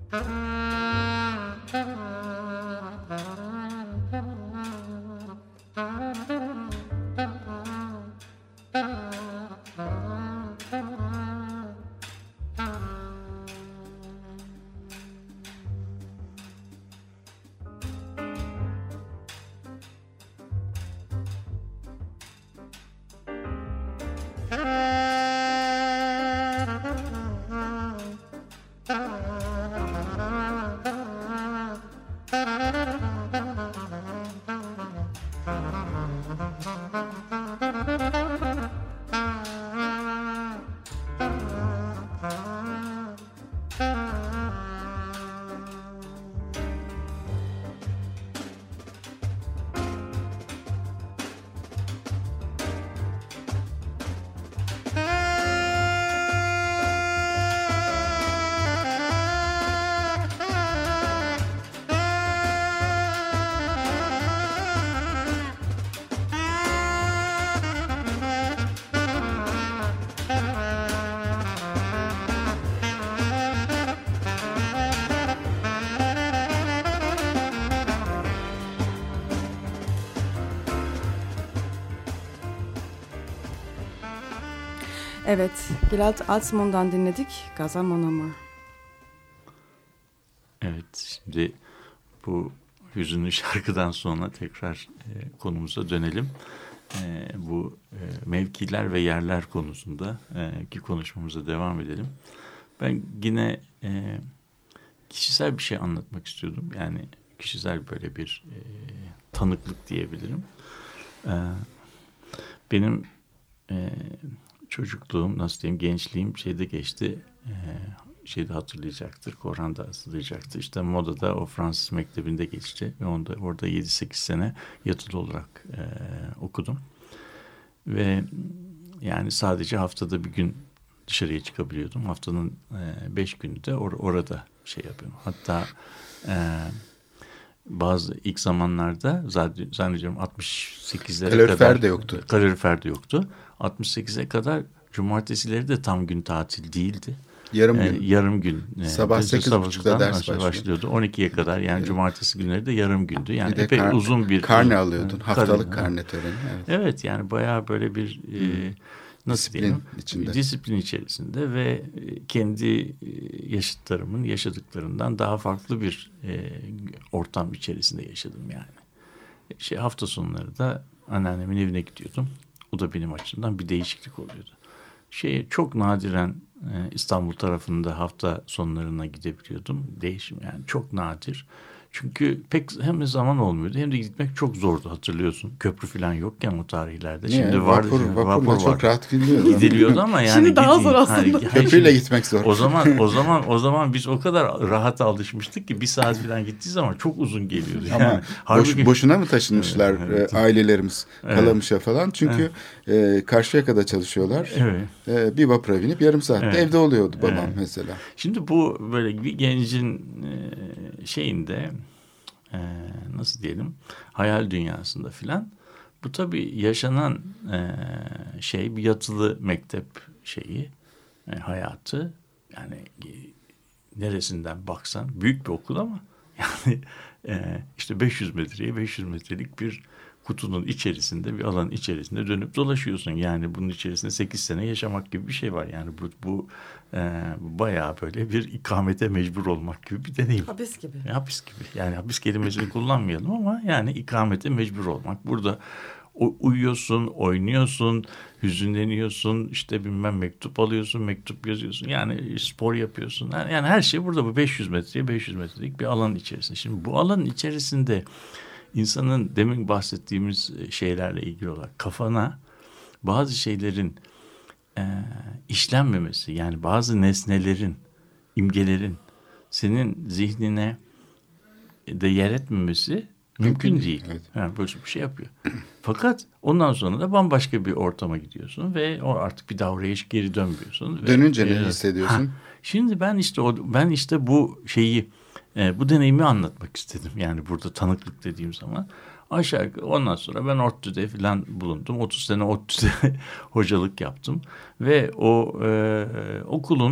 Evet, Gilad Atzmon'dan dinledik. Gaza Mon Amour. Evet, şimdi bu hüzünlü şarkıdan sonra tekrar konumuza dönelim. Bu mevkiler ve yerler konusunda ki konuşmamıza devam edelim. Ben yine kişisel bir şey anlatmak istiyordum. Yani kişisel böyle bir tanıklık diyebilirim. Benim çocukluğum, nasıl diyeyim, gençliğim şeyde geçti. Şeyde hatırlayacaktır, Korhan'da hatırlayacaktır. İşte Moda'da o Fransız mektebinde geçti. Ve orada 7-8 sene yatılı olarak okudum. Ve yani sadece haftada bir gün dışarıya çıkabiliyordum. Haftanın 5 günü de orada şey yapıyorum. Hatta bazı ilk zamanlarda zannediyorum 68'lere kalorifer de yoktu. Kalorifer de yoktu. 68'e kadar cumartesileri de tam gün tatil değildi. Yarım gün. Sabah 8.30'da ders başlıyordu. 12'ye kadar yani cumartesi günleri de yarım gündü. Yani bir epey uzun bir karne alıyordun. Haftalık karne töreni. Evet yani bayağı böyle bir nasıl diyelim? Disiplin içerisinde ve kendi yaşıtlarımın yaşadıklarından daha farklı bir ortam içerisinde yaşadım yani. Hafta sonları da anneannemin evine gidiyordum. O da benim açımdan bir değişiklik oluyordu. Çok nadiren İstanbul tarafında hafta sonlarına gidebiliyordum. Değişim yani çok nadir. Çünkü pek hem de zaman olmuyordu hem de gitmek çok zordu, hatırlıyorsun. Köprü falan yokken o tarihlerde. Şimdi vapurla çok rahat gidiliyordu ama yani şimdi daha zor aslında. Köprüyle gitmek zor. O zaman biz o kadar rahata alışmıştık ki bir saat falan gittiği zaman çok uzun geliyordu. Yani. Ama boşuna mı taşınmışlar ailelerimiz Kalamış'a falan? Çünkü Karşıyaka'da çalışıyorlar. Evet. Bir vapura binip yarım saatte evde oluyordu babam mesela. Şimdi bu böyle bir gencin şeyinde nasıl diyelim hayal dünyasında filan bu tabii yaşanan bir yatılı mektep hayatı yani neresinden baksan büyük bir okul ama yani işte 500 metrelik bir kutunun içerisinde bir alanın içerisinde dönüp dolaşıyorsun. Yani bunun içerisinde 8 sene yaşamak gibi bir şey var. Yani bu bayağı böyle bir ikamete mecbur olmak gibi bir deneyim. Hapis gibi. Hapis gibi. Yani hapis kelimesini kullanmayalım ama yani ikamete mecbur olmak. Burada uyuyorsun, oynuyorsun, hüzünleniyorsun, işte bilmem mektup alıyorsun, mektup yazıyorsun. Yani spor yapıyorsun. Yani her şey burada bu 500 metrelik bir alanın içerisinde. Şimdi bu alanın içerisinde İnsanın demin bahsettiğimiz şeylerle ilgili olarak kafana bazı şeylerin işlenmemesi, yani bazı nesnelerin, imgelerin senin zihnine de yer etmemesi mümkün değil. Evet. Yani böyle bir şey yapıyor. Fakat ondan sonra da bambaşka bir ortama gidiyorsun ve artık bir daha oraya hiç geri dönmüyorsun. Dönünce ne hissediyorsun? Şimdi ben işte bu şeyi bu deneyimi anlatmak istedim. Yani burada tanıklık dediğim zaman aşağı ondan sonra ben ODTÜ'de falan bulundum. 30 sene ODTÜ'de hocalık yaptım. Ve o okulun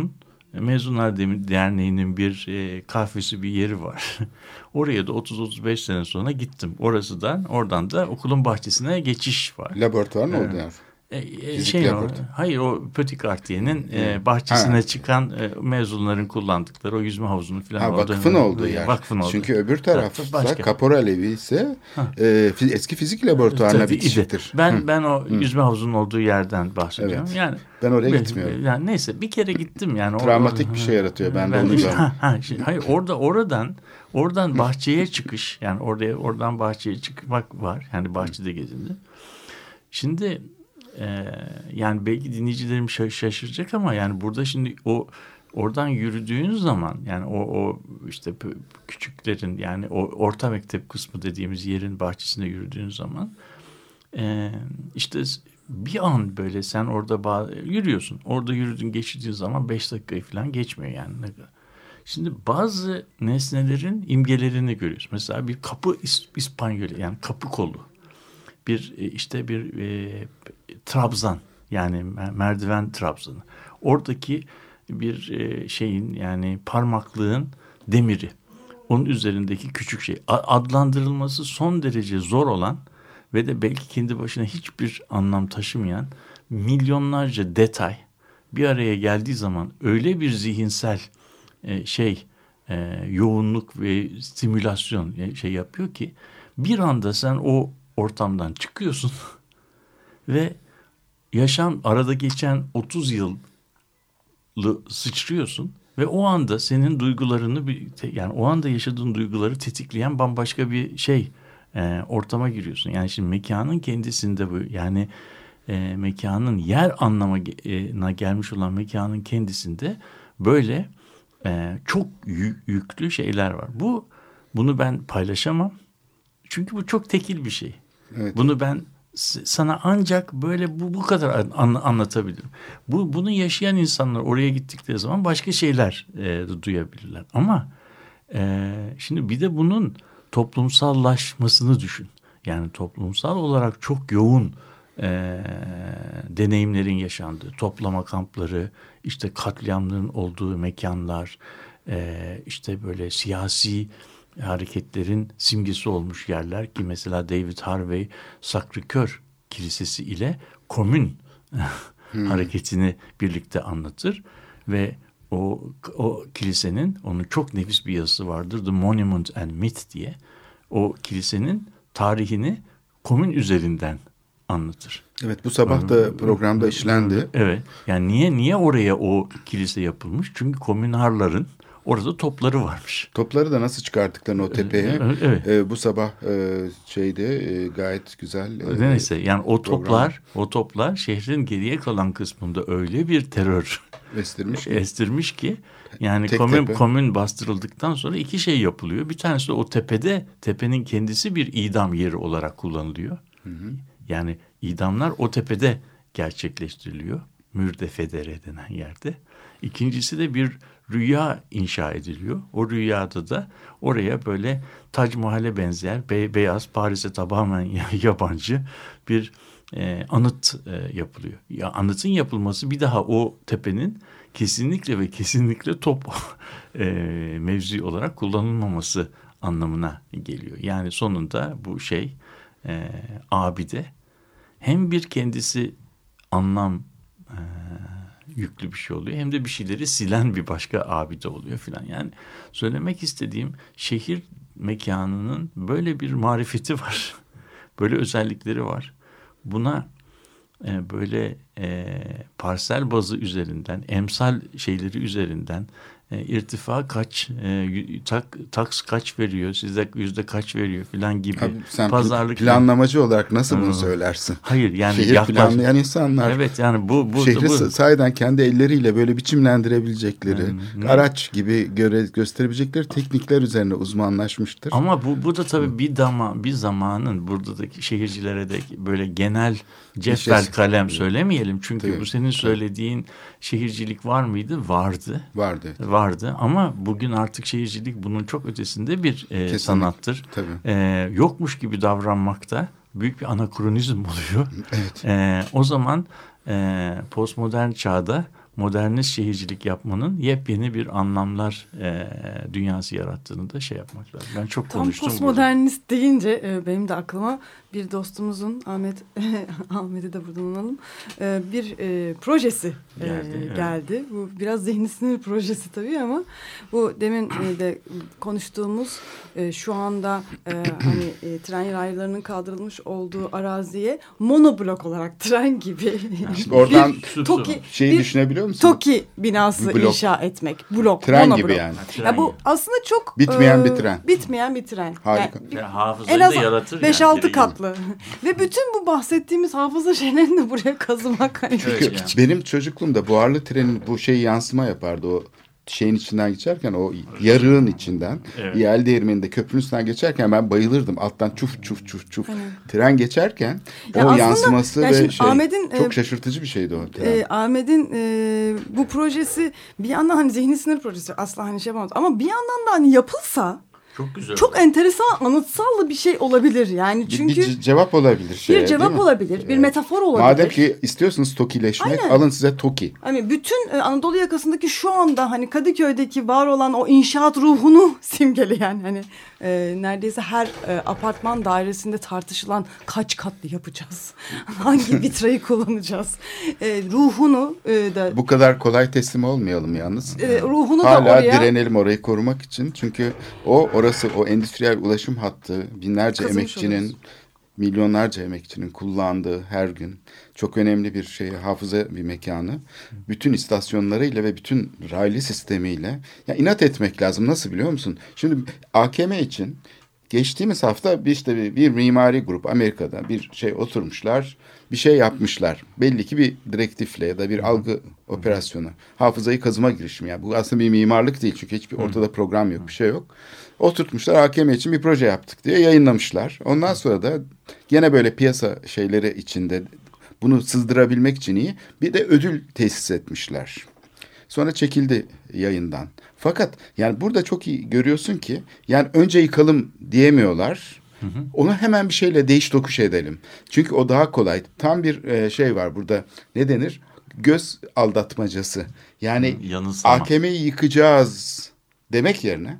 Mezunlar Derneği'nin bir kahvesi, bir yeri var. Oraya da 30-35 sene sonra gittim. Oradan da okulun bahçesine geçiş var. Laboratuvar mı oldu yani? Hayır, o Petit Cartier'in bahçesine çıkan mezunların kullandıkları o yüzme havuzunu falan. Vakfın olduğu yer. Vakfın olduğu. Çünkü öbür tarafta Kaporal evi ise eski fizik laboratuvarına bitişiktir. Ben o yüzme havuzunun olduğu yerden bahsediyorum. Evet. Yani ben oraya gitmiyorum. Yani neyse, bir kere gittim yani. Travmatik bir şey yaratıyor. Ben de onu görüyorum. Hayır, oradan bahçeye çıkış, yani oradan bahçeye çıkmak var. Yani bahçede gezindi. Şimdi yani belki dinleyicilerim şaşıracak ama yani burada şimdi oradan yürüdüğün zaman, yani o işte küçüklerin, yani o orta mektep kısmı dediğimiz yerin bahçesinde yürüdüğün zaman işte bir an böyle sen orada yürüyorsun. Orada yürüdüğün, geçirdiğin zaman 5 dakikayı falan geçmiyor yani. Şimdi bazı nesnelerin imgelerini görüyorsun. Mesela bir kapı İspanyol, yani kapı kolu. Bir trabzan, yani merdiven trabzanı. Oradaki bir şeyin, yani parmaklığın demiri. Onun üzerindeki küçük şey. Adlandırılması son derece zor olan ve de belki kendi başına hiçbir anlam taşımayan milyonlarca detay bir araya geldiği zaman öyle bir zihinsel yoğunluk ve stimülasyon yapıyor ki bir anda sen o ortamdan çıkıyorsun ve arada geçen 30 yılı sıçrıyorsun ve o anda senin duygularını, yani o anda yaşadığın duyguları tetikleyen bambaşka bir ortama giriyorsun. Yani şimdi mekanın kendisinde bu, yani mekanın yer anlamına gelmiş olan mekanın kendisinde böyle çok yüklü şeyler var. Bunu ben paylaşamam. Çünkü bu çok tekil bir şey. Evet. Bunu ben sana ancak böyle bu kadar anlatabilirim. Bunu yaşayan insanlar oraya gittikleri zaman başka şeyler duyabilirler. Ama şimdi bir de bunun toplumsallaşmasını düşün. Yani toplumsal olarak çok yoğun deneyimlerin yaşandığı, toplama kampları, işte katliamların olduğu mekanlar, işte böyle siyasi hareketlerin simgesi olmuş yerler ki mesela David Harvey Sacré-Cœur Kilisesi ile komün hareketini birlikte anlatır ve o kilisenin, onun çok nefis bir yazısı vardır, The Monument and Myth diye, o kilisenin tarihini komün üzerinden anlatır. Evet, bu sabah da programda işlendi. Evet, yani niye oraya o kilise yapılmış? Çünkü komünarların orada topları varmış. Topları da nasıl çıkarttıklarını o tepeye. Evet. Bu sabah gayet güzel. Neyse, yani o toplar şehrin geriye kalan kısmında öyle bir terör estirmiş ki yani komün bastırıldıktan sonra iki şey yapılıyor. Bir tanesi de o tepenin kendisi bir idam yeri olarak kullanılıyor. Hı. Yani idamlar o tepede gerçekleştiriliyor. Mürdefedere denen yerde. İkincisi de bir rüya inşa ediliyor. O rüyada da oraya böyle Tac Mahal'e benzeyen beyaz, Paris'e tamamen yabancı bir anıt yapılıyor. Ya anıtın yapılması bir daha o tepenin kesinlikle top mevzi olarak kullanılmaması anlamına geliyor. Yani sonunda bu abide hem bir kendisi anlam yüklü bir şey oluyor, hem de bir şeyleri silen bir başka abide oluyor filan. Yani söylemek istediğim, şehir mekanının böyle bir marifeti var. Böyle özellikleri var. Buna böyle parsel bazı üzerinden, emsal şeyleri üzerinden, irtifa kaç, taks kaç veriyor, size yüzde kaç veriyor filan gibi. Abi, sen pazarlık planlamacı olarak nasıl bunu söylersin? Hayır, yani şehir planlayan insanlar. Evet, yani bu şehri sahiden kendi elleriyle böyle biçimlendirebilecekleri, araç gibi gösterebilecekleri teknikler üzerine uzmanlaşmıştır. Ama bu da tabii bir zamanın buradaki şehircilere de böyle genel cetvel kalem söylemeyelim. Çünkü tabii, bu senin söylediğin şehircilik var mıydı? Vardı ama bugün artık şehircilik bunun çok ötesinde bir sanattır. Yokmuş gibi davranmakta büyük bir anakronizm oluyor. Evet. O zaman postmodern çağda modernist şehircilik yapmanın yepyeni bir anlamlar dünyası yarattığını da şey yapmak lazım. Ben çok Tam konuştum. postmodernist deyince benim de aklıma bir dostumuzun Ahmet'i de buradan alalım. Bir projesi geldi. Evet. Bu biraz zihni sinir projesi tabii ama bu demin de konuştuğumuz şu anda hani tren raylarının kaldırılmış olduğu araziye monoblok olarak tren gibi oradan bir düşünebiliyor musun? TOKİ binası inşa etmek. Blok, tren monoblok. gibi yani. Ya bu aslında çok bitmeyen bir tren. Bitmeyen bir tren. Harika. Yani hafızayı en az da yaratır 5-6 katlı. Ve bütün bu bahsettiğimiz hafıza şeylerini de buraya kazımak. Hani benim çocukluğumda buharlı trenin bu yansıma yapardı. O şeyin içinden geçerken, o yarığın içinden, yel değirmeninde köprünün üstünden geçerken ben bayılırdım. Alttan çuf çuf çuf çuf tren geçerken o yansıması ve çok şaşırtıcı bir şeydi o. Ahmet'in bu projesi bir yandan hani zihni sinir projesi, asla hani şey yapamaz ama bir yandan da hani yapılsa çok güzel. Çok enteresan, anıtsal bir şey olabilir. Yani çünkü bir cevap olabilir. Bir cevap olabilir, bir metafor olabilir. Madem ki istiyorsunuz TOKİ'leşmek, alın size TOKİ. Hani bütün Anadolu yakasındaki şu anda hani Kadıköy'deki var olan o inşaat ruhunu simgeleyen hani neredeyse her apartman dairesinde tartışılan kaç katlı yapacağız? Hangi vitrayı kullanacağız? Ruhunu da... Bu kadar kolay teslim olmayalım yalnız. Ruhunu hala da oraya... direnelim orayı korumak için. Çünkü orası o endüstriyel ulaşım hattı binlerce emekçinin, milyonlarca emekçinin kullandığı her gün çok önemli bir hafıza bir mekanı. Bütün istasyonlarıyla ve bütün raylı sistemiyle inat etmek lazım. Nasıl biliyor musun? Şimdi AKM için geçtiğimiz hafta bir mimari grup Amerika'da bir oturmuşlar, bir şey yapmışlar. Belli ki bir direktifle ya da bir algı operasyonu. Hafızayı kazıma girişimi. Yani bu aslında bir mimarlık değil çünkü hiçbir ortada program yok, bir şey yok. Oturtmuşlar, AKM için bir proje yaptık diye yayınlamışlar. Ondan sonra da gene böyle piyasa şeyleri içinde bunu sızdırabilmek için bir de ödül tesis etmişler. Sonra çekildi yayından. Fakat yani burada çok iyi görüyorsun ki yani önce yıkalım diyemiyorlar. Onu hemen bir şeyle değiş tokuş edelim. Çünkü o daha kolay. Tam bir şey var burada. Ne denir? Göz aldatmacası. Yani AKM'yi yıkacağız demek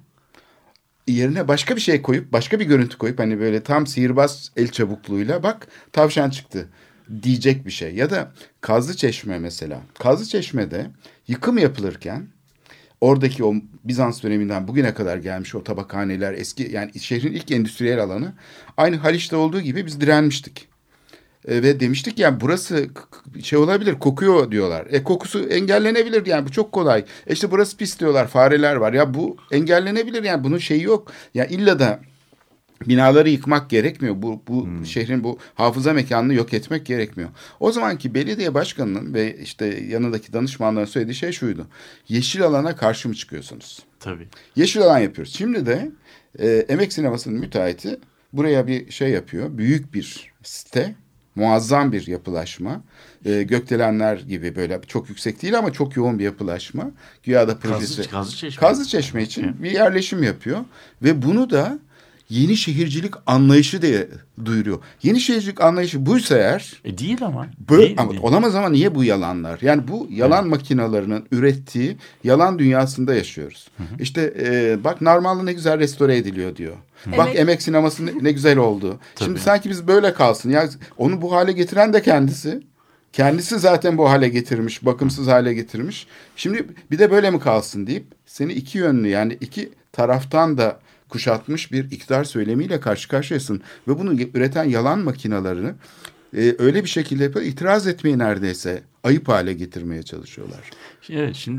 yerine başka bir şey koyup, başka bir görüntü koyup hani böyle tam sihirbaz el çabukluğuyla bak tavşan çıktı diyecek bir şey. Ya da Kazlıçeşme mesela. Kazlıçeşme'de yıkım yapılırken oradaki o Bizans döneminden bugüne kadar gelmiş o tabakhaneler, eski yani şehrin ilk endüstriyel alanı aynı Haliç'te olduğu gibi biz direnmiştik. Ve demiştik yani burası olabilir, kokuyor diyorlar. Kokusu engellenebilir yani bu çok kolay. İşte burası pis diyorlar, fareler var. Ya bu engellenebilir yani bunun şeyi yok. Ya illa da binaları yıkmak gerekmiyor. Bu şehrin bu hafıza mekanını yok etmek gerekmiyor. O zamanki belediye başkanının ve yanındaki danışmanların söylediği şey şuydu. Yeşil alana karşı mı çıkıyorsunuz? Tabii. Yeşil alan yapıyoruz. Şimdi de Emek Sineması'nın müteahhiti buraya bir şey yapıyor. Büyük bir site. Muazzam bir yapılaşma. Gökdelenler gibi böyle çok yüksek değil ama çok yoğun bir yapılaşma. Güya da projesi. Kazlıçeşme için bir yerleşim yapıyor. Ve bunu da yeni şehircilik anlayışı diye duyuruyor. Yeni şehircilik anlayışı buysa eğer... değil ama. Ama olamaz ama niye bu yalanlar? Yani bu yalan makinalarının ürettiği yalan dünyasında yaşıyoruz. Bak Narmanlı ne güzel restore ediliyor diyor. Bak Emek Sineması ne güzel oldu. Şimdi sanki biz böyle kalsın. Ya onu bu hale getiren de kendisi. Kendisi zaten bu hale getirmiş, bakımsız hale getirmiş. Şimdi bir de böyle mi kalsın deyip seni iki yönlü yani iki taraftan da kuşatmış bir iktidar söylemiyle karşı karşıyasın. Ve bunu üreten yalan makinalarını öyle bir şekilde itiraz etmeyi neredeyse ayıp hale getirmeye çalışıyorlar. Evet, şimdi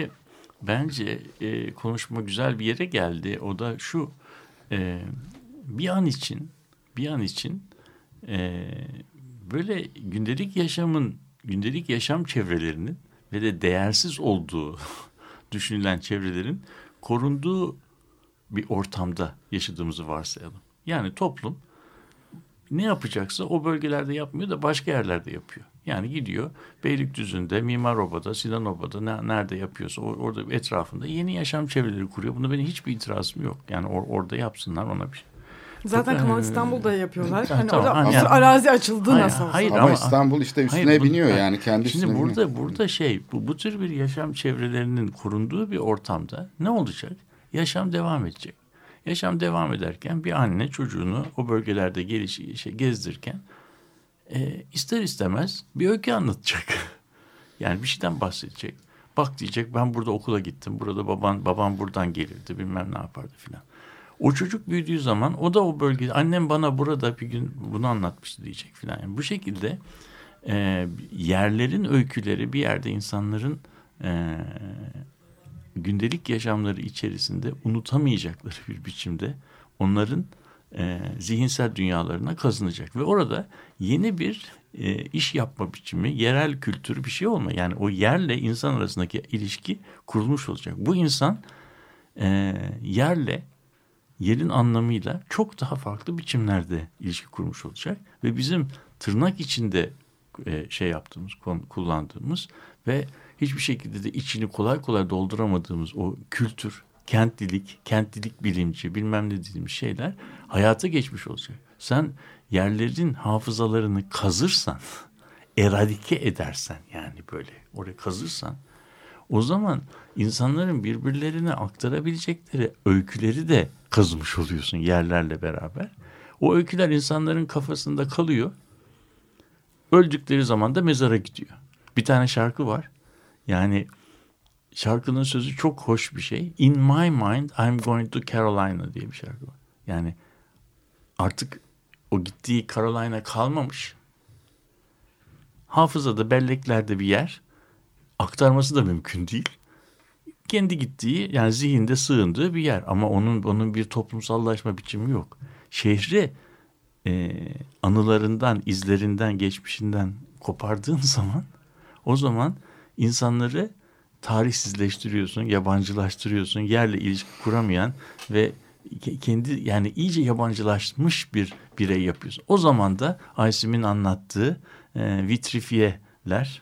bence konuşma güzel bir yere geldi. O da şu, bir an için böyle gündelik yaşam çevrelerinin ve de değersiz olduğu düşünülen çevrelerin korunduğu bir ortamda yaşadığımızı varsayalım. Yani toplum ne yapacaksa o bölgelerde yapmıyor da başka yerlerde yapıyor. Yani gidiyor Beylikdüzü'nde, Mimaroba'da, Sinanoba'da nerede yapıyorsa orada etrafında yeni yaşam çevreleri kuruyor. Buna benim hiçbir itirazım yok. Yani orada yapsınlar, ona bir şey. Zaten Kanal İstanbul'da yapıyorlar. Hani tamam, orada yani, arazi açıldı nasıl olsa. Hayır, ama İstanbul işte üstüne biniyor yani kendi şimdi üstüne biniyor. burada bu tür bir yaşam çevrelerinin korunduğu bir ortamda ne olacak? Yaşam devam edecek. Yaşam devam ederken bir anne çocuğunu o bölgelerde gezdirirken ister istemez bir öykü anlatacak. Yani bir şeyden bahsedecek. Bak diyecek, ben burada okula gittim. Burada babam buradan gelirdi, bilmem ne yapardı filan. O çocuk büyüdüğü zaman o da o bölgede, annem bana burada bir gün bunu anlatmıştı diyecek filan. Yani bu şekilde yerlerin öyküleri bir yerde insanların gündelik yaşamları içerisinde unutamayacakları bir biçimde onların zihinsel dünyalarına kazınacak. Ve orada yeni bir iş yapma biçimi, yerel kültür bir şey olma. Yani o yerle insan arasındaki ilişki kurulmuş olacak. Bu insan yerle, yerin anlamıyla çok daha farklı biçimlerde ilişki kurmuş olacak. Ve bizim tırnak içinde kullandığımız ve hiçbir şekilde de içini kolay kolay dolduramadığımız o kültür, kentlilik bilimci, bilmem ne dediğimiz şeyler hayata geçmiş olacak. Sen yerlerin hafızalarını kazırsan, eradike edersen, yani böyle oraya kazırsan, o zaman insanların birbirlerine aktarabilecekleri öyküleri de kazımış oluyorsun yerlerle beraber. O öyküler insanların kafasında kalıyor. Öldükleri zaman da mezara gidiyor. Bir tane şarkı var. Yani şarkının sözü çok hoş bir şey. In my mind I'm going to Carolina diye bir şarkı var. Yani artık o gittiği Carolina kalmamış. Hafızada, belleklerde bir yer. Aktarması da mümkün değil. Kendi gittiği, yani zihinde sığındığı bir yer. Ama onun bir toplumsallaşma biçimi yok. Şehri anılarından, izlerinden, geçmişinden kopardığın zaman, o zaman insanları tarihsizleştiriyorsun, yabancılaştırıyorsun, yerle ilişki kuramayan ve kendi, yani iyice yabancılaşmış bir birey yapıyorsun. O zaman da Aysim'in anlattığı vitrifiyeler,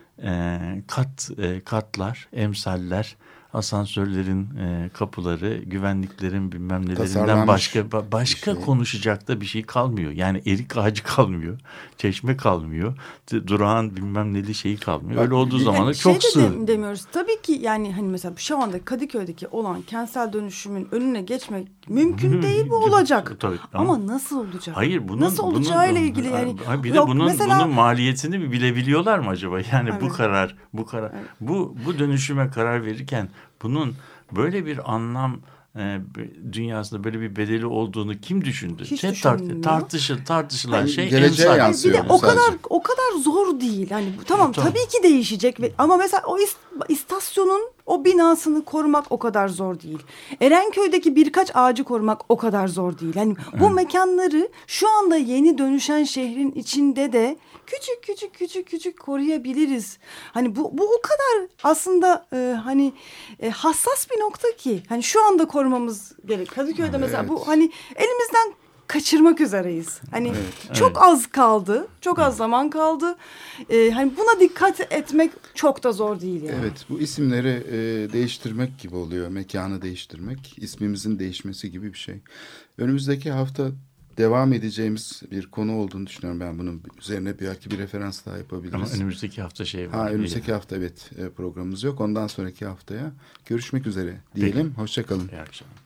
katlar, emsaller, asansörlerin kapıları, güvenliklerin bilmem nelerinden başka konuşacak da bir şey kalmıyor. Yani erik ağacı kalmıyor, çeşme kalmıyor, durağan bilmem neli şeyi kalmıyor. Öyle olduğu zaman da çok sığ. Demiyoruz. Tabii ki yani hani mesela şu anda Kadıköy'deki olan kentsel dönüşümün önüne geçmek mümkün değil, bu olacak. Tabii, ama nasıl olacak? Hayır, nasıl olacağıyla ilgili yani. Bir de bunun maliyetini mi bilebiliyorlar mı acaba? Yani evet. bu karar evet. bu dönüşüme karar verirken bunun böyle bir anlam dünyasında böyle bir bedeli olduğunu kim düşündü? Tartışılan şey geleceğe yansıyor. Bir de o kadar zor değil. Yani tamam. Tabii ki değişecek ama mesela o istasyonun o binasını korumak o kadar zor değil. Erenköy'deki birkaç ağacı korumak o kadar zor değil. Yani bu mekanları şu anda yeni dönüşen şehrin içinde de küçük koruyabiliriz. Hani bu o kadar aslında hassas bir nokta ki hani şu anda korumamız gerek. Kadıköy'de mesela bu hani elimizden kaçırmak üzereyiz. Hani çok az kaldı. Çok az zaman kaldı. Hani buna dikkat etmek çok da zor değil yani. Evet, bu isimleri değiştirmek gibi oluyor. Mekanı değiştirmek, ismimizin değişmesi gibi bir şey. Önümüzdeki hafta devam edeceğimiz bir konu olduğunu düşünüyorum ben. Bunun üzerine belki bir referans daha yapabiliriz. Ama önümüzdeki hafta var. Önümüzdeki hafta programımız yok. Ondan sonraki haftaya görüşmek üzere diyelim. Hoşçakalın. İyi akşamlar.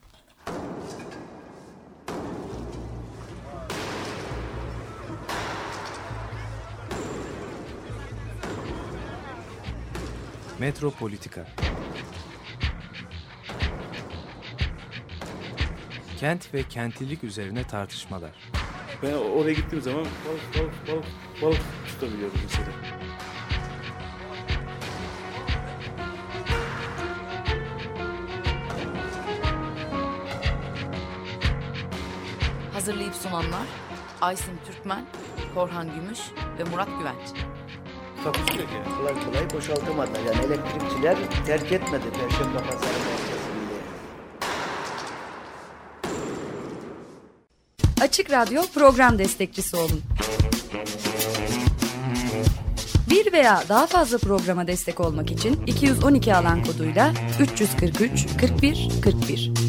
Metropolitika. Kent ve kentlilik üzerine tartışmalar. Ben oraya gittiğim zaman balık tutabiliyordum mesela. Hazırlayıp sunanlar Aysin Türkmen, Korhan Gümüş ve Murat Güvenç. Takusuyor ki. Kolay boşaltamadılar. Yani elektrikçiler terk etmedi Perşembe Pazarı merkezini. Açık Radyo program destekçisi olun. Bir veya daha fazla programa destek olmak için 212 alan koduyla 343 41 41.